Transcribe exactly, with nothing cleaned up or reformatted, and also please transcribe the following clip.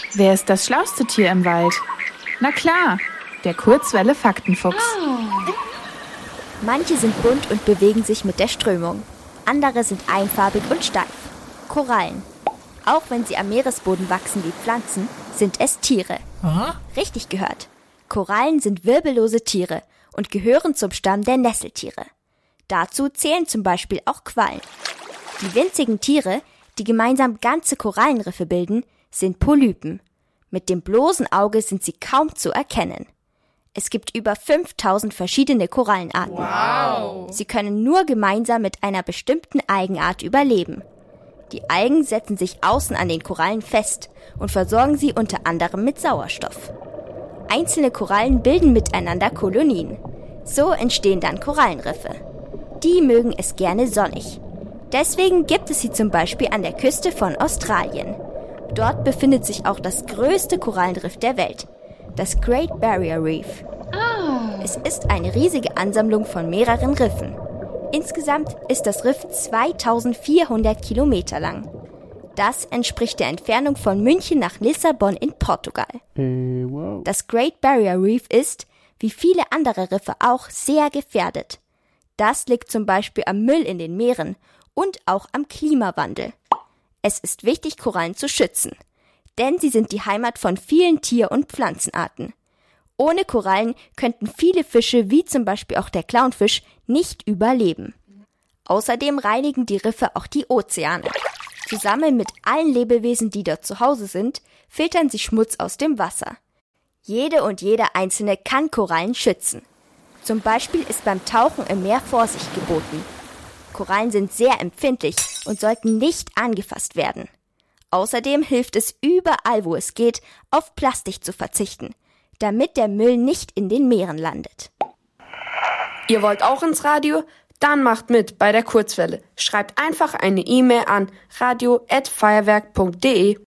Wer ist das schlauste Tier im Wald? Na klar, der Kurzwelle-Faktenfuchs. Oh. Manche sind bunt und bewegen sich mit der Strömung. Andere sind einfarbig und steif. Korallen. Auch wenn sie am Meeresboden wachsen wie Pflanzen, sind es Tiere. Aha. Richtig gehört. Korallen sind wirbellose Tiere und gehören zum Stamm der Nesseltiere. Dazu zählen zum Beispiel auch Quallen. Die winzigen Tiere, die gemeinsam ganze Korallenriffe bilden, sind Polypen. Mit dem bloßen Auge sind sie kaum zu erkennen. Es gibt über fünftausend verschiedene Korallenarten. Wow. Sie können nur gemeinsam mit einer bestimmten Algenart überleben. Die Algen setzen sich außen an den Korallen fest und versorgen sie unter anderem mit Sauerstoff. Einzelne Korallen bilden miteinander Kolonien. So entstehen dann Korallenriffe. Die mögen es gerne sonnig. Deswegen gibt es sie zum Beispiel an der Küste von Australien. Dort befindet sich auch das größte Korallenriff der Welt, das Great Barrier Reef. Oh. Es ist eine riesige Ansammlung von mehreren Riffen. Insgesamt ist das Riff zweitausendvierhundert Kilometer lang. Das entspricht der Entfernung von München nach Lissabon in Portugal. Äh, wow. Das Great Barrier Reef ist, wie viele andere Riffe auch, sehr gefährdet. Das liegt zum Beispiel am Müll in den Meeren und auch am Klimawandel. Es ist wichtig, Korallen zu schützen, denn sie sind die Heimat von vielen Tier- und Pflanzenarten. Ohne Korallen könnten viele Fische, wie zum Beispiel auch der Clownfisch, nicht überleben. Außerdem reinigen die Riffe auch die Ozeane. Zusammen mit allen Lebewesen, die dort zu Hause sind, filtern sie Schmutz aus dem Wasser. Jede und jeder Einzelne kann Korallen schützen. Zum Beispiel ist beim Tauchen im Meer Vorsicht geboten. Korallen sind sehr empfindlich und sollten nicht angefasst werden. Außerdem hilft es überall, wo es geht, auf Plastik zu verzichten, damit der Müll nicht in den Meeren landet. Ihr wollt auch ins Radio? Dann macht mit bei der Kurzwelle. Schreibt einfach eine E-Mail an radio at feuerwerk punkt de.